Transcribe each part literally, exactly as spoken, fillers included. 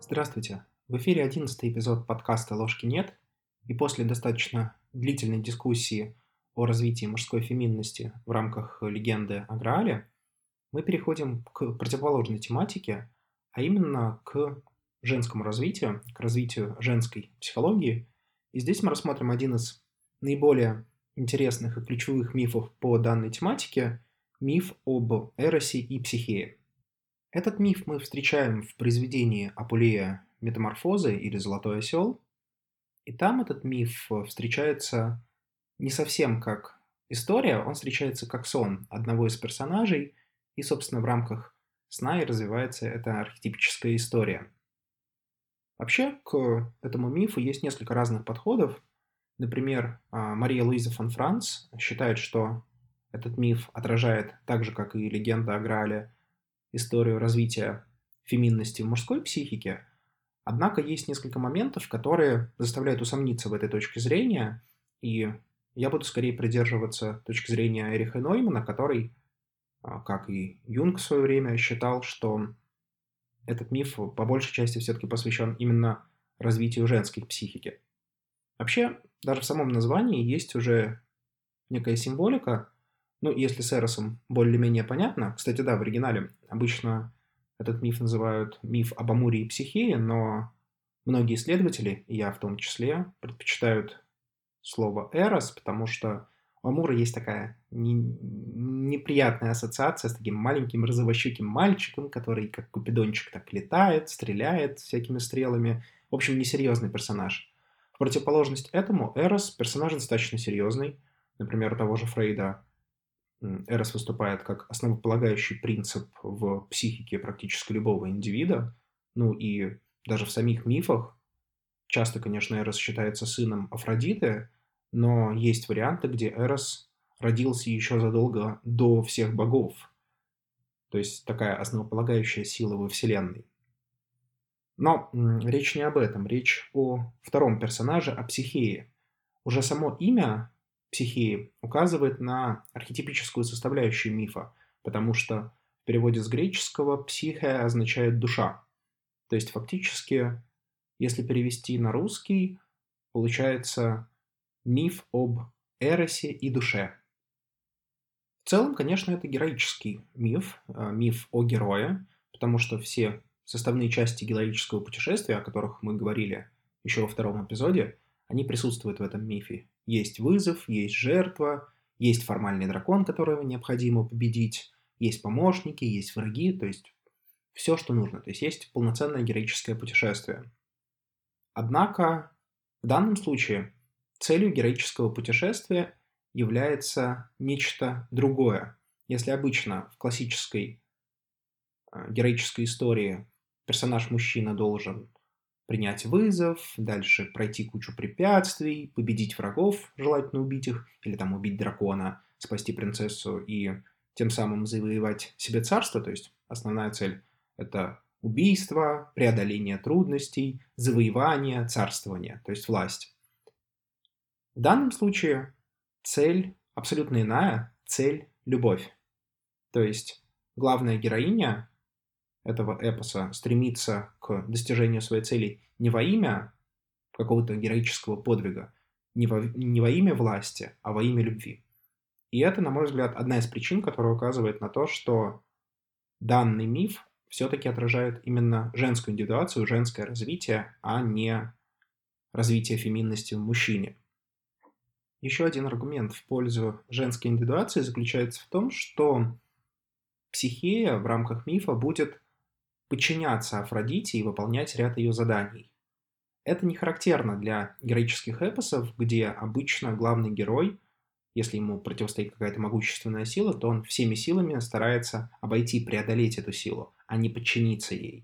Здравствуйте! В эфире одиннадцатый эпизод подкаста «Ложки нет», и после достаточно длительной дискуссии о развитии мужской феминности в рамках легенды о Граале мы переходим к противоположной тематике, а именно к женскому развитию, к развитию женской психологии. И здесь мы рассмотрим один из наиболее интересных и ключевых мифов по данной тематике – миф об Эросе и Психее. Этот миф мы встречаем в произведении Апулея «Метаморфозы» или «Золотой осел», и там этот миф встречается не совсем как история, он встречается как сон одного из персонажей, и, собственно, в рамках сна и развивается эта архетипическая история. Вообще, к этому мифу есть несколько разных подходов. Например, Мария Луиза фон Франц считает, что этот миф отражает, так же, как и легенда о Граале, историю развития феминности в мужской психике, однако есть несколько моментов, которые заставляют усомниться в этой точке зрения, и я буду скорее придерживаться точки зрения Эриха Ноймана, который, как и Юнг в свое время, считал, что этот миф по большей части все-таки посвящен именно развитию женской психики. Вообще, даже в самом названии есть уже некая символика. Ну, если с Эросом более-менее понятно. Кстати, да, в оригинале обычно этот миф называют миф об Амуре и Психее, но многие исследователи, и я в том числе, предпочитают слово «эрос», потому что у Амура есть такая не, неприятная ассоциация с таким маленьким розовощеким мальчиком, который как купидончик так летает, стреляет всякими стрелами. В общем, несерьезный персонаж. В противоположность этому Эрос – персонаж достаточно серьезный. Например, у того же Фрейда Эрос выступает как основополагающий принцип в психике практически любого индивида. Ну и даже в самих мифах часто, конечно, Эрос считается сыном Афродиты, но есть варианты, где Эрос родился еще задолго до всех богов. То есть такая основополагающая сила во Вселенной. Но м, речь не об этом, речь о втором персонаже, о Психее. Уже само имя Психеи указывает на архетипическую составляющую мифа, потому что в переводе с греческого «психе» означает «душа». То есть фактически, если перевести на русский, получается миф об Эросе и душе. В целом, конечно, это героический миф, миф о герое, потому что все составные части героического путешествия, о которых мы говорили еще во втором эпизоде, они присутствуют в этом мифе. Есть вызов, есть жертва, есть формальный дракон, которого необходимо победить, есть помощники, есть враги, то есть все, что нужно. То есть есть полноценное героическое путешествие. Однако в данном случае целью героического путешествия является нечто другое. Если обычно в классической героической истории персонаж-мужчина должен принять вызов, дальше пройти кучу препятствий, победить врагов, желательно убить их, или там убить дракона, спасти принцессу и тем самым завоевать себе царство, то есть основная цель – это убийство, преодоление трудностей, завоевание, царствование, то есть власть. В данном случае цель абсолютно иная, цель – любовь. То есть главная героиня этого эпоса стремится к достижению своей цели не во имя какого-то героического подвига, не во, не во имя власти, а во имя любви. И это, на мой взгляд, одна из причин, которая указывает на то, что данный миф все-таки отражает именно женскую индивидуацию, женское развитие, а не развитие феминности в мужчине. Еще один аргумент в пользу женской индивидуации заключается в том, что Психея в рамках мифа будет подчиняться Афродите и выполнять ряд ее заданий. Это не характерно для героических эпосов, где обычно главный герой, если ему противостоит какая-то могущественная сила, то он всеми силами старается обойти, преодолеть эту силу, а не подчиниться ей.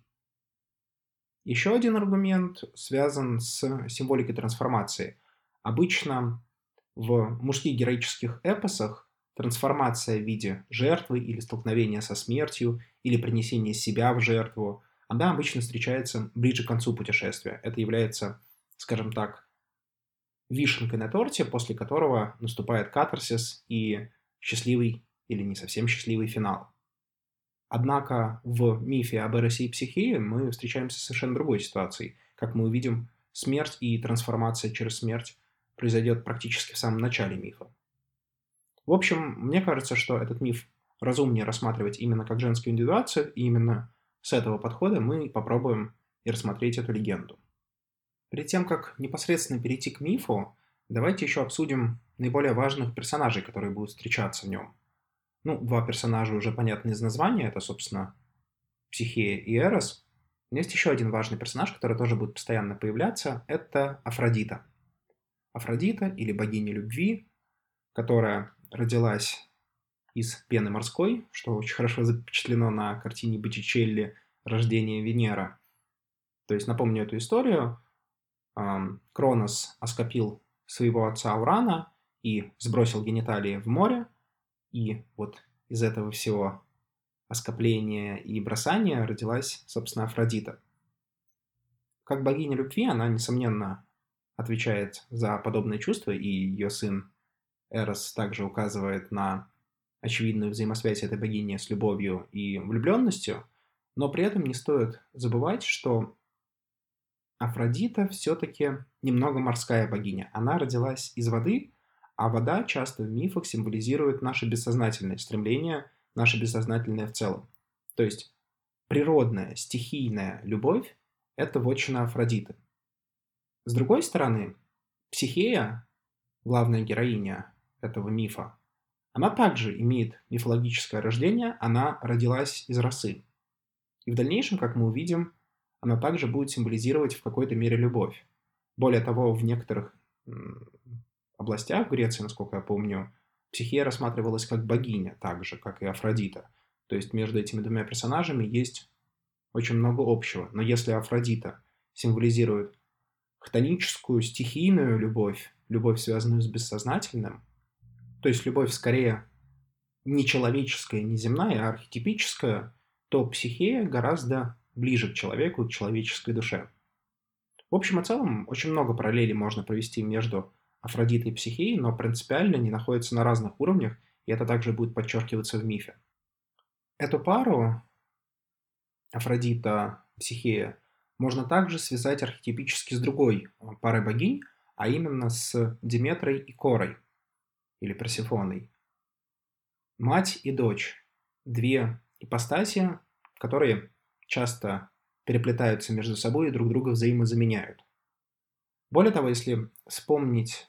Еще один аргумент связан с символикой трансформации. Обычно в мужских героических эпосах трансформация в виде жертвы или столкновения со смертью, или принесения себя в жертву, она обычно встречается ближе к концу путешествия. Это является, скажем так, вишенкой на торте, после которого наступает катарсис и счастливый или не совсем счастливый финал. Однако в мифе об Эросе и Психее мы встречаемся с совершенно другой ситуацией. Как мы увидим, смерть и трансформация через смерть произойдет практически в самом начале мифа. В общем, мне кажется, что этот миф разумнее рассматривать именно как женскую индивидуацию, и именно с этого подхода мы попробуем и рассмотреть эту легенду. Перед тем, как непосредственно перейти к мифу, давайте еще обсудим наиболее важных персонажей, которые будут встречаться в нем. Ну, два персонажа уже понятны из названия, это, собственно, Психея и Эрос. Но есть еще один важный персонаж, который тоже будет постоянно появляться, это Афродита. Афродита, или богиня любви, которая родилась из пены морской, что очень хорошо запечатлено на картине Боттичелли «Рождение Венера». То есть, напомню эту историю. Кронос оскопил своего отца Урана и сбросил гениталии в море, и вот из этого всего оскопления и бросания родилась, собственно, Афродита. Как богиня любви она, несомненно, отвечает за подобные чувства, и ее сын Эрос также указывает на очевидную взаимосвязь этой богини с любовью и влюбленностью, но при этом не стоит забывать, что Афродита все-таки немного морская богиня. Она родилась из воды, а вода часто в мифах символизирует наше бессознательное стремление, наше бессознательное в целом. То есть природная, стихийная любовь – это вотчина Афродиты. С другой стороны, Психея, главная героиня этого мифа, она также имеет мифологическое рождение, она родилась из росы. И в дальнейшем, как мы увидим, она также будет символизировать в какой-то мере любовь. Более того, в некоторых областях Греции, насколько я помню, Психея рассматривалась как богиня, так же, как и Афродита. То есть между этими двумя персонажами есть очень много общего. Но если Афродита символизирует хтоническую, стихийную любовь, любовь, связанную с бессознательным, то есть любовь скорее не человеческая, не земная, а архетипическая, то Психея гораздо ближе к человеку, к человеческой душе. В общем и целом, очень много параллелей можно провести между Афродитой и Психеей, но принципиально они находятся на разных уровнях, и это также будет подчеркиваться в мифе. Эту пару, Афродита-Психея, можно также связать архетипически с другой парой богинь, а именно с Диметрой и Корой, или Персефоной. Мать и дочь – две ипостаси, которые часто переплетаются между собой и друг друга взаимозаменяют. Более того, если вспомнить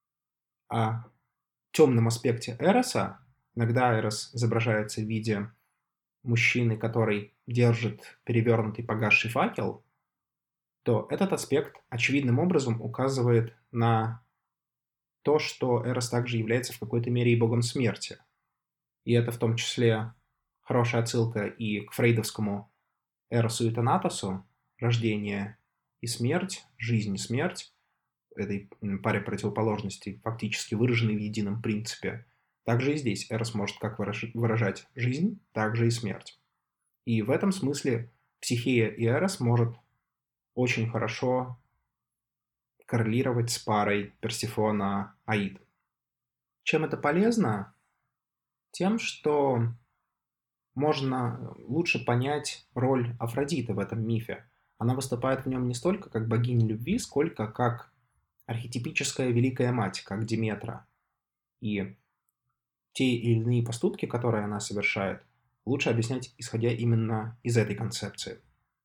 о темном аспекте Эроса, иногда Эрос изображается в виде мужчины, который держит перевернутый погасший факел, то этот аспект очевидным образом указывает на то, что Эрос также является в какой-то мере и богом смерти. И это в том числе хорошая отсылка и к фрейдовскому Эросу и Танатосу, рождение и смерть, жизнь и смерть, этой паре противоположностей, фактически выраженной в едином принципе. Также и здесь Эрос может как выражать жизнь, так же и смерть. И в этом смысле Психея и Эрос может очень хорошо коррелировать с парой Персефона-Аид. Чем это полезно? Тем, что можно лучше понять роль Афродиты в этом мифе. Она выступает в нем не столько как богиня любви, сколько как архетипическая великая мать, как Диметра. И те или иные поступки, которые она совершает, лучше объяснять, исходя именно из этой концепции.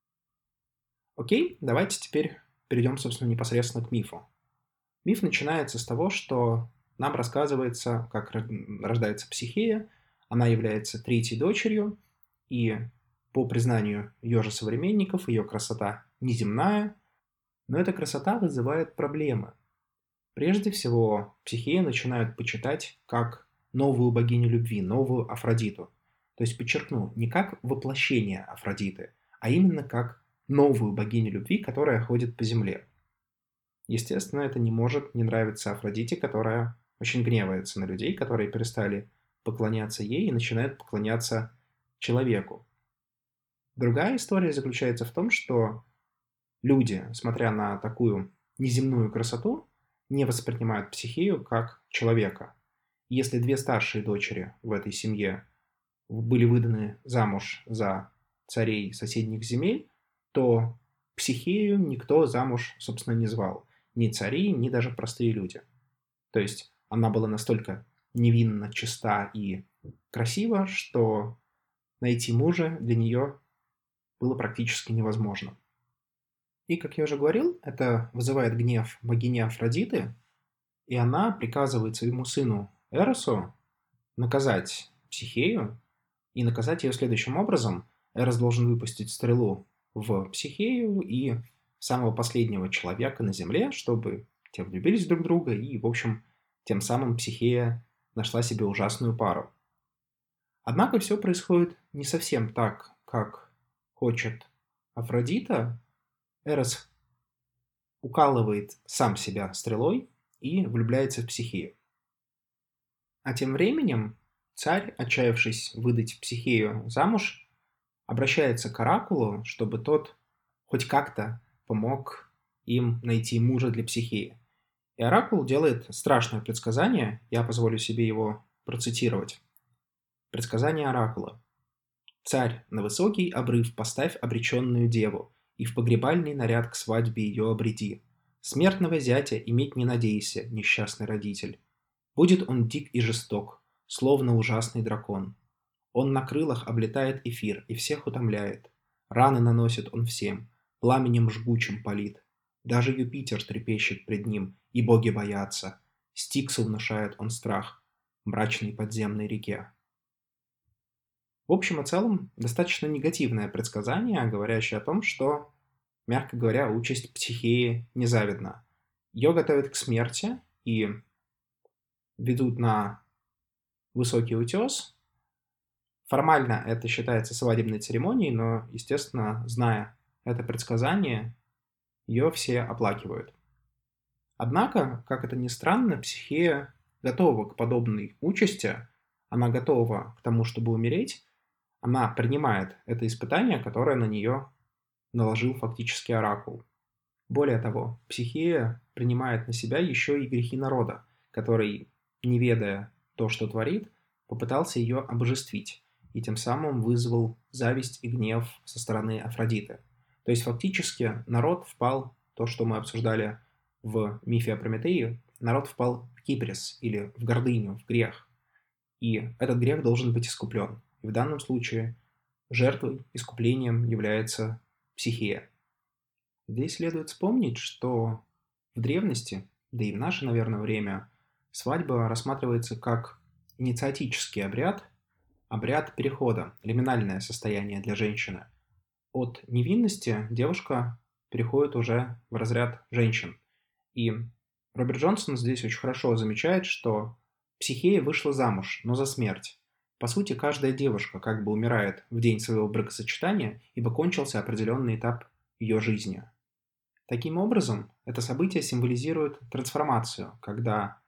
Окей, давайте теперь перейдем, собственно, непосредственно к мифу. Миф начинается с того, что нам рассказывается, как рождается Психея. Она является третьей дочерью, и по признанию ее же современников, ее красота неземная, но эта красота вызывает проблемы. Прежде всего, Психею начинают почитать как новую богиню любви, новую Афродиту. То есть, подчеркну, не как воплощение Афродиты, а именно как новую богиню любви, которая ходит по земле. Естественно, это не может не нравиться Афродите, которая очень гневается на людей, которые перестали поклоняться ей и начинают поклоняться человеку. Другая история заключается в том, что люди, смотря на такую неземную красоту, не воспринимают Психею как человека. Если две старшие дочери в этой семье были выданы замуж за царей соседних земель, то Психею никто замуж, собственно, не звал. Ни цари, ни даже простые люди. То есть она была настолько невинно, чиста и красива, что найти мужа для нее было практически невозможно. И, как я уже говорил, это вызывает гнев богини Афродиты, и она приказывает своему сыну Эросу наказать Психею, и наказать ее следующим образом. Эрос должен выпустить стрелу в Психею и самого последнего человека на Земле, чтобы те влюбились друг в друга, и, в общем, тем самым Психея нашла себе ужасную пару. Однако все происходит не совсем так, как хочет Афродита. Эрос укалывает сам себя стрелой и влюбляется в Психею. А тем временем царь, отчаявшись выдать Психею замуж, обращается к Оракулу, чтобы тот хоть как-то помог им найти мужа для Психеи. И Оракул делает страшное предсказание, я позволю себе его процитировать. Предсказание Оракула. «Царь, на высокий обрыв поставь обреченную деву, и в погребальный наряд к свадьбе ее обреди. Смертного зятя иметь не надейся, несчастный родитель. Будет он дик и жесток, словно ужасный дракон. Он на крылах облетает эфир и всех утомляет. Раны наносит он всем, пламенем жгучим палит. Даже Юпитер трепещет пред ним, и боги боятся. Стиксу внушает он страх, мрачной подземной реке». В общем и целом, достаточно негативное предсказание, говорящее о том, что, мягко говоря, участь Психеи незавидна. Ее готовят к смерти и ведут на высокий утес. Формально это считается свадебной церемонией, но, естественно, зная это предсказание, ее все оплакивают. Однако, как это ни странно, Психея готова к подобной участи, она готова к тому, чтобы умереть, она принимает это испытание, которое на нее наложил фактически Оракул. Более того, Психея принимает на себя еще и грехи народа, который, не ведая то, что творит, попытался ее обожествить и тем самым вызвал зависть и гнев со стороны Афродиты. То есть фактически народ впал, то, что мы обсуждали в мифе о Прометее, народ впал в киприс или в гордыню, в грех. И этот грех должен быть искуплен. И в данном случае жертвой, искуплением является Психея. Здесь следует вспомнить, что в древности, да и в наше, наверное, время, свадьба рассматривается как инициатический обряд, обряд перехода, лиминальное состояние для женщины. От невинности девушка переходит уже в разряд женщин. И Роберт Джонсон здесь очень хорошо замечает, что Психея вышла замуж, но за смерть. По сути, каждая девушка как бы умирает в день своего бракосочетания, ибо кончился определенный этап ее жизни. Таким образом, это событие символизирует трансформацию, когда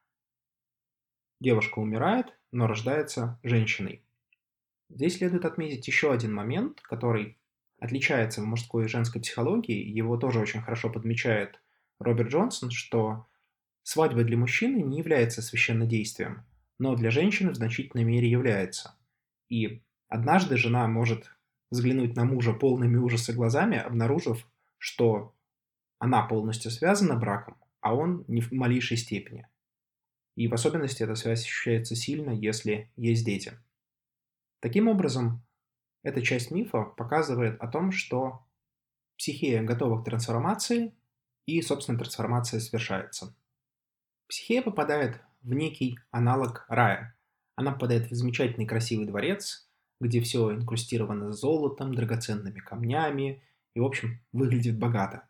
девушка умирает, но рождается женщиной. Здесь следует отметить еще один момент, который отличается в мужской и женской психологии, его тоже очень хорошо подмечает Роберт Джонсон, что свадьба для мужчины не является священнодействием, но для женщины в значительной мере является. И однажды жена может взглянуть на мужа полными ужаса глазами, обнаружив, что она полностью связана браком, а он не в малейшей степени. И в особенности эта связь ощущается сильно, если есть дети. Таким образом, эта часть мифа показывает о том, что Психея готова к трансформации, и, собственно, трансформация совершается. Психея попадает в некий аналог рая. Она попадает в замечательный красивый дворец, где все инкрустировано золотом, драгоценными камнями и, в общем, выглядит богато.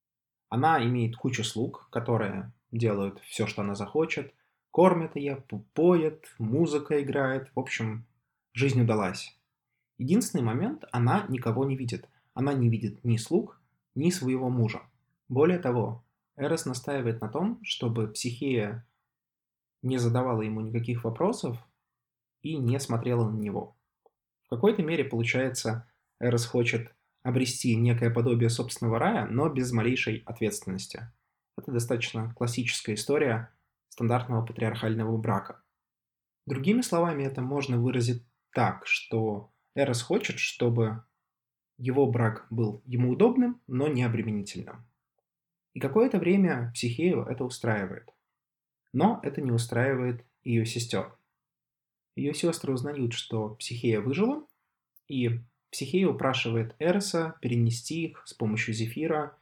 Она имеет кучу слуг, которые делают все, что она захочет, кормят ее, поят, музыка играет, в общем, жизнь удалась. Единственный момент, она никого не видит. Она не видит ни слуг, ни своего мужа. Более того, Эрос настаивает на том, чтобы Психея не задавала ему никаких вопросов и не смотрела на него. В какой-то мере, получается, Эрос хочет обрести некое подобие собственного рая, но без малейшей ответственности. Это достаточно классическая история стандартного патриархального брака. Другими словами, это можно выразить так, что Эрос хочет, чтобы его брак был ему удобным, но не обременительным. И какое-то время Психею это устраивает. Но это не устраивает ее сестер. Ее сестры узнают, что Психея выжила, и Психея упрашивает Эроса перенести их с помощью Зефира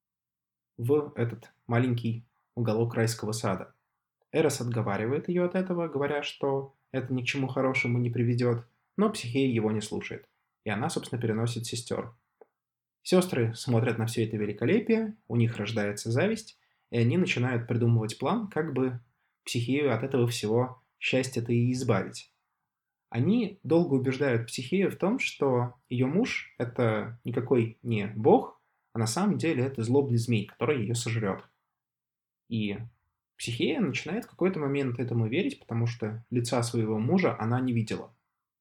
в этот маленький уголок райского сада. Эрос отговаривает ее от этого, говоря, что это ни к чему хорошему не приведет, но Психея его не слушает, и она, собственно, переносит сестер. Сестры смотрят на все это великолепие, у них рождается зависть, и они начинают придумывать план, как бы Психею от этого всего счастья-то и избавить. Они долго убеждают Психею в том, что ее муж – это никакой не бог, а на самом деле это злобный змей, который ее сожрет. И Психея начинает в какой-то момент этому верить, потому что лица своего мужа она не видела.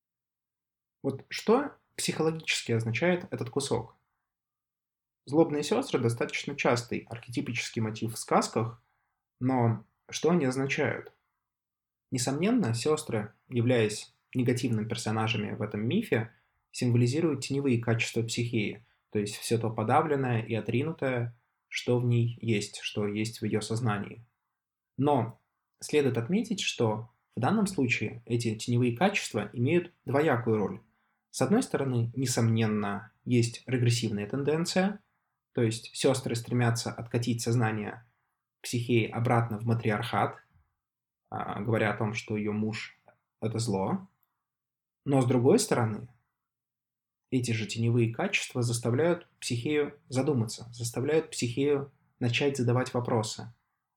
Вот что психологически означает этот кусок? Злобные сестры – достаточно частый архетипический мотив в сказках, но что они означают? Несомненно, сестры, являясь негативными персонажами в этом мифе, символизируют теневые качества Психеи, то есть все то подавленное и отринутое, что в ней есть, что есть в ее сознании. Но следует отметить, что в данном случае эти теневые качества имеют двоякую роль. С одной стороны, несомненно, есть регрессивная тенденция, то есть сестры стремятся откатить сознание Психеи обратно в матриархат, говоря о том, что ее муж – это зло. Но с другой стороны, эти же теневые качества заставляют Психею задуматься, заставляют Психею начать задавать вопросы.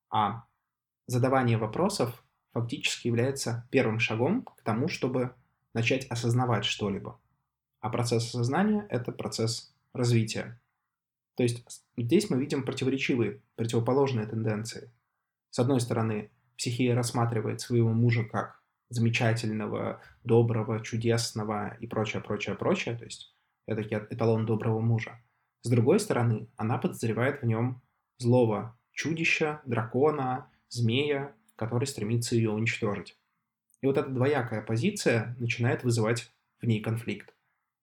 А задавание вопросов фактически является первым шагом к тому, чтобы начать осознавать что-либо. А процесс осознания – это процесс развития. То есть здесь мы видим противоречивые, противоположные тенденции. С одной стороны, Психея рассматривает своего мужа как замечательного, доброго, чудесного и прочее, прочее, прочее. То есть это эталон доброго мужа. С другой стороны, она подозревает в нем злого чудища, дракона, змея, который стремится ее уничтожить. И вот эта двоякая позиция начинает вызывать в ней конфликт.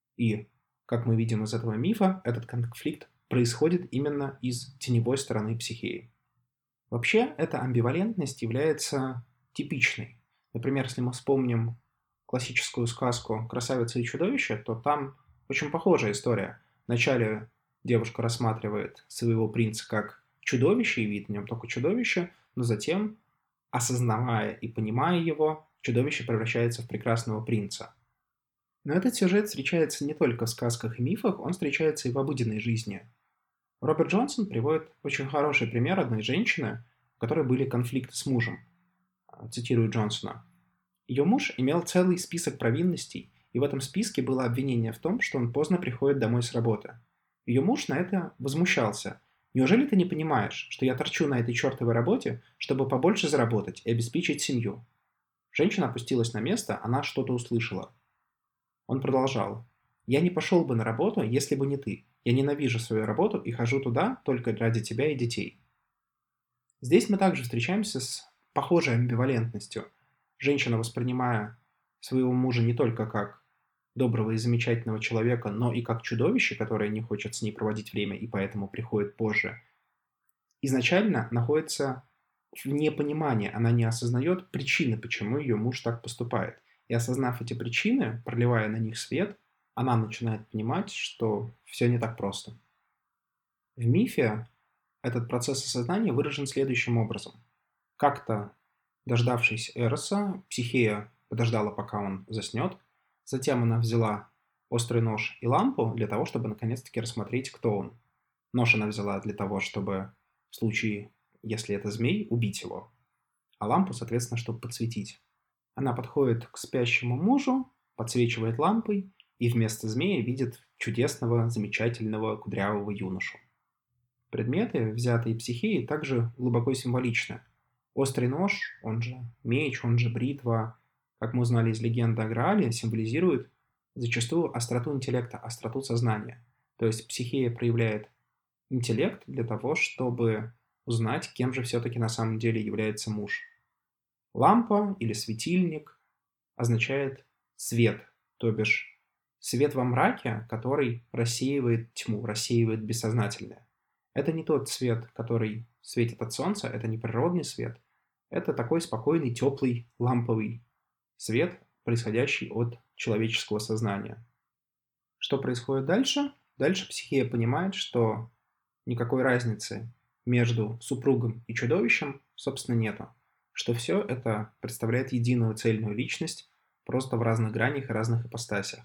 И, как мы видим из этого мифа, этот конфликт происходит именно из теневой стороны Психеи. Вообще, эта амбивалентность является типичной. Например, если мы вспомним классическую сказку «Красавица и чудовище», то там очень похожая история. Вначале девушка рассматривает своего принца как чудовище и видит в нем только чудовище, но затем, осознавая и понимая его, чудовище превращается в прекрасного принца. Но этот сюжет встречается не только в сказках и мифах, он встречается и в обыденной жизни. Роберт Джонсон приводит очень хороший пример одной женщины, у которой были конфликты с мужем. Цитирую Джонсона. Ее муж имел целый список провинностей, и в этом списке было обвинение в том, что он поздно приходит домой с работы. Ее муж на это возмущался. «Неужели ты не понимаешь, что я торчу на этой чертовой работе, чтобы побольше заработать и обеспечить семью?» Женщина опустилась на место, она что-то услышала. Он продолжал. «Я не пошел бы на работу, если бы не ты. Я ненавижу свою работу и хожу туда только ради тебя и детей». Здесь мы также встречаемся с похожей амбивалентностью. Женщина, воспринимая своего мужа не только как доброго и замечательного человека, но и как чудовище, которое не хочет с ней проводить время и поэтому приходит позже, изначально находится в непонимании, она не осознает причины, почему ее муж так поступает. И осознав эти причины, проливая на них свет, она начинает понимать, что все не так просто. В мифе этот процесс осознания выражен следующим образом. Как-то, дождавшись Эроса, Психея подождала, пока он заснет, затем она взяла острый нож и лампу для того, чтобы наконец-таки рассмотреть, кто он. Нож она взяла для того, чтобы в случае, если это змей, убить его, а лампу, соответственно, чтобы подсветить. Она подходит к спящему мужу, подсвечивает лампой и вместо змея видит чудесного, замечательного, кудрявого юношу. Предметы, взятые Психеей, также глубоко символичны. Острый нож, он же меч, он же бритва, как мы узнали из легенды о Граале, символизирует зачастую остроту интеллекта, остроту сознания. То есть Психея проявляет интеллект для того, чтобы узнать, кем же все-таки на самом деле является муж. Лампа или светильник означает свет, то бишь свет во мраке, который рассеивает тьму, рассеивает бессознательное. Это не тот свет, который светит от солнца, это не природный свет, это такой спокойный, теплый, ламповый свет, происходящий от человеческого сознания. Что происходит дальше? Дальше Психея понимает, что никакой разницы между супругом и чудовищем, собственно, нету. Что все это представляет единую цельную личность, просто в разных гранях и разных ипостасях.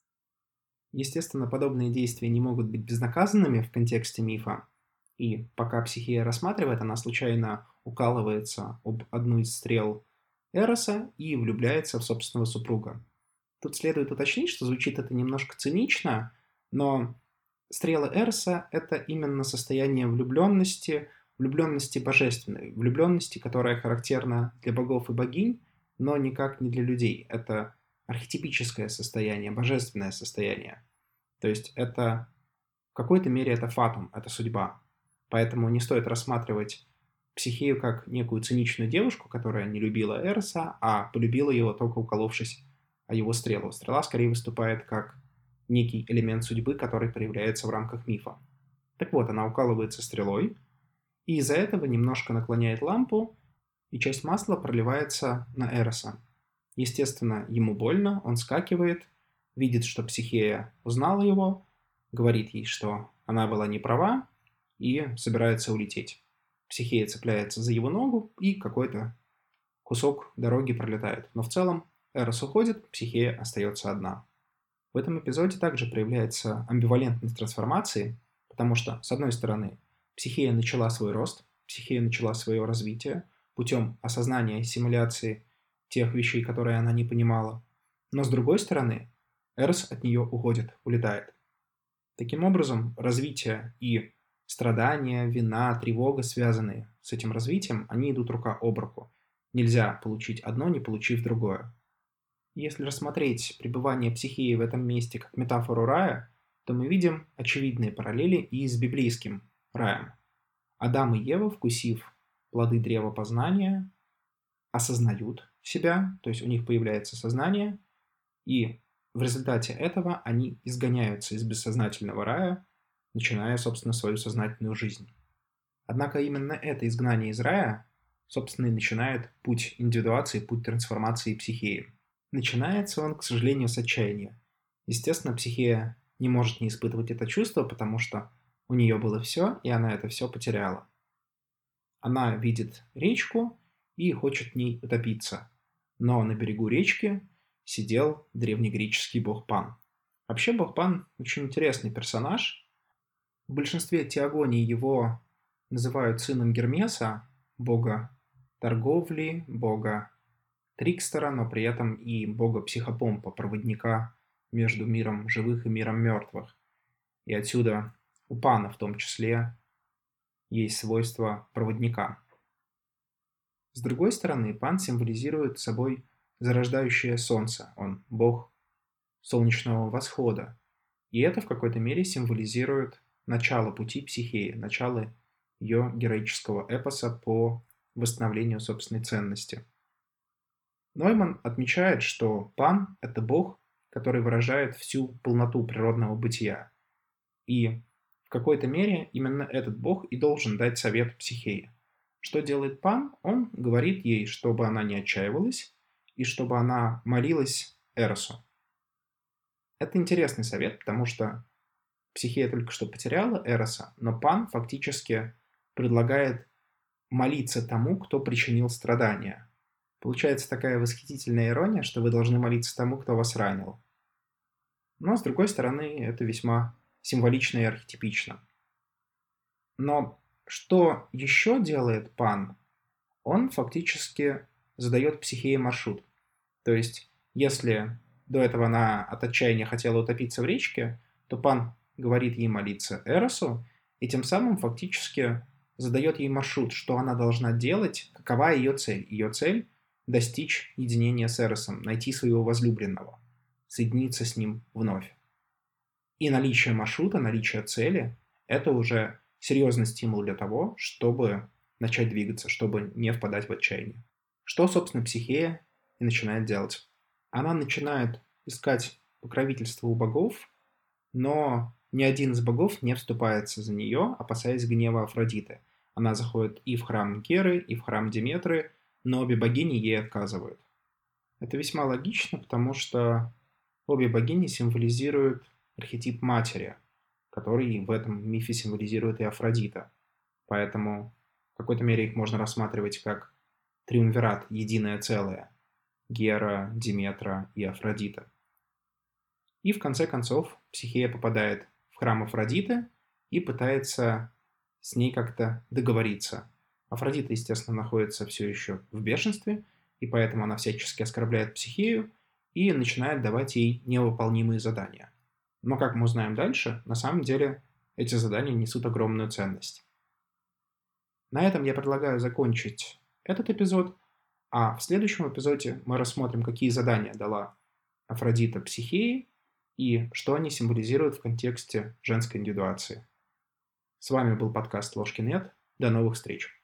Естественно, подобные действия не могут быть безнаказанными в контексте мифа, и пока Психея рассматривает, она случайно укалывается об одну из стрел Эроса и влюбляется в собственного супруга. Тут следует уточнить, что звучит это немножко цинично, но стрелы Эроса — это именно состояние влюбленности, влюбленности божественной, влюбленности, которая характерна для богов и богинь, но никак не для людей. Это архетипическое состояние, божественное состояние. То есть это в какой-то мере это фатум, это судьба. Поэтому не стоит рассматривать Психею как некую циничную девушку, которая не любила Эроса, а полюбила его, только уколовшись о его стрелу. Стрела скорее выступает как некий элемент судьбы, который проявляется в рамках мифа. Так вот, она укалывается стрелой, и из-за этого немножко наклоняет лампу, и часть масла проливается на Эроса. Естественно, ему больно, он скакивает, видит, что Психея узнала его, говорит ей, что она была не права, и собирается улететь. Психея цепляется за его ногу, и какой-то кусок дороги пролетает. Но в целом Эрос уходит, Психея остается одна. В этом эпизоде также проявляется амбивалентность трансформации, потому что, с одной стороны, Психея начала свой рост, Психея начала свое развитие путем осознания и ассимиляции тех вещей, которые она не понимала. Но с другой стороны, Эрос от нее уходит, улетает. Таким образом, развитие и страдания, вина, тревога, связанные с этим развитием, они идут рука об руку. Нельзя получить одно, не получив другое. Если рассмотреть пребывание Психеи в этом месте как метафору рая, то мы видим очевидные параллели и с библейским раем. Адам и Ева, вкусив плоды древа познания, осознают себя, то есть у них появляется сознание, и в результате этого они изгоняются из бессознательного рая, начиная, собственно, свою сознательную жизнь. Однако именно это изгнание из рая, собственно, и начинает путь индивидуации, путь трансформации Психеи. Начинается он, к сожалению, с отчаяния. Естественно, Психея не может не испытывать это чувство, потому что у нее было все, и она это все потеряла. Она видит речку и хочет в ней утопиться. Но на берегу речки сидел древнегреческий бог Пан. Вообще, бог Пан очень интересный персонаж. В большинстве теогоний его называют сыном Гермеса, бога торговли, бога Трикстера, но при этом и бога Психопомпа, проводника между миром живых и миром мертвых. И отсюда у Пана в том числе есть свойство проводника. С другой стороны, Пан символизирует собой зарождающее солнце, он бог солнечного восхода. И это в какой-то мере символизирует начало пути Психеи, начало ее героического эпоса по восстановлению собственной ценности. Нойман отмечает, что Пан – это бог, который выражает всю полноту природного бытия. И в какой-то мере именно этот бог и должен дать совет Психее. Что делает Пан? Он говорит ей, чтобы она не отчаивалась и чтобы она молилась Эросу. Это интересный совет, потому что Психея только что потеряла Эроса, но Пан фактически предлагает молиться тому, кто причинил страдания. Получается такая восхитительная ирония, что вы должны молиться тому, кто вас ранил. Но, с другой стороны, это весьма символично и архетипично. Но что еще делает Пан? Он фактически задает Психее маршрут. То есть, если до этого она от отчаяния хотела утопиться в речке, то Пан говорит ей молиться Эросу, и тем самым фактически задает ей маршрут, что она должна делать, какова ее цель. Ее цель – достичь единения с Эросом, найти своего возлюбленного, соединиться с ним вновь. И наличие маршрута, наличие цели – это уже серьезный стимул для того, чтобы начать двигаться, чтобы не впадать в отчаяние. Что, собственно, Психея и начинает делать? Она начинает искать покровительства у богов, но ни один из богов не вступается за нее, опасаясь гнева Афродиты. Она заходит и в храм Геры, и в храм Деметры, но обе богини ей отказывают. Это весьма логично, потому что обе богини символизируют архетип матери, который в этом мифе символизирует и Афродита. Поэтому в какой-то мере их можно рассматривать как триумвират, единое целое – Гера, Деметра и Афродита. И в конце концов Психея попадает в храм Афродиты и пытается с ней как-то договориться. Афродита, естественно, находится все еще в бешенстве, и поэтому она всячески оскорбляет Психею и начинает давать ей невыполнимые задания. Но, как мы узнаем дальше, на самом деле эти задания несут огромную ценность. На этом я предлагаю закончить этот эпизод, а в следующем эпизоде мы рассмотрим, какие задания дала Афродита Психее и что они символизируют в контексте женской индивидуации. С вами был подкаст Ложкин.нет. До новых встреч!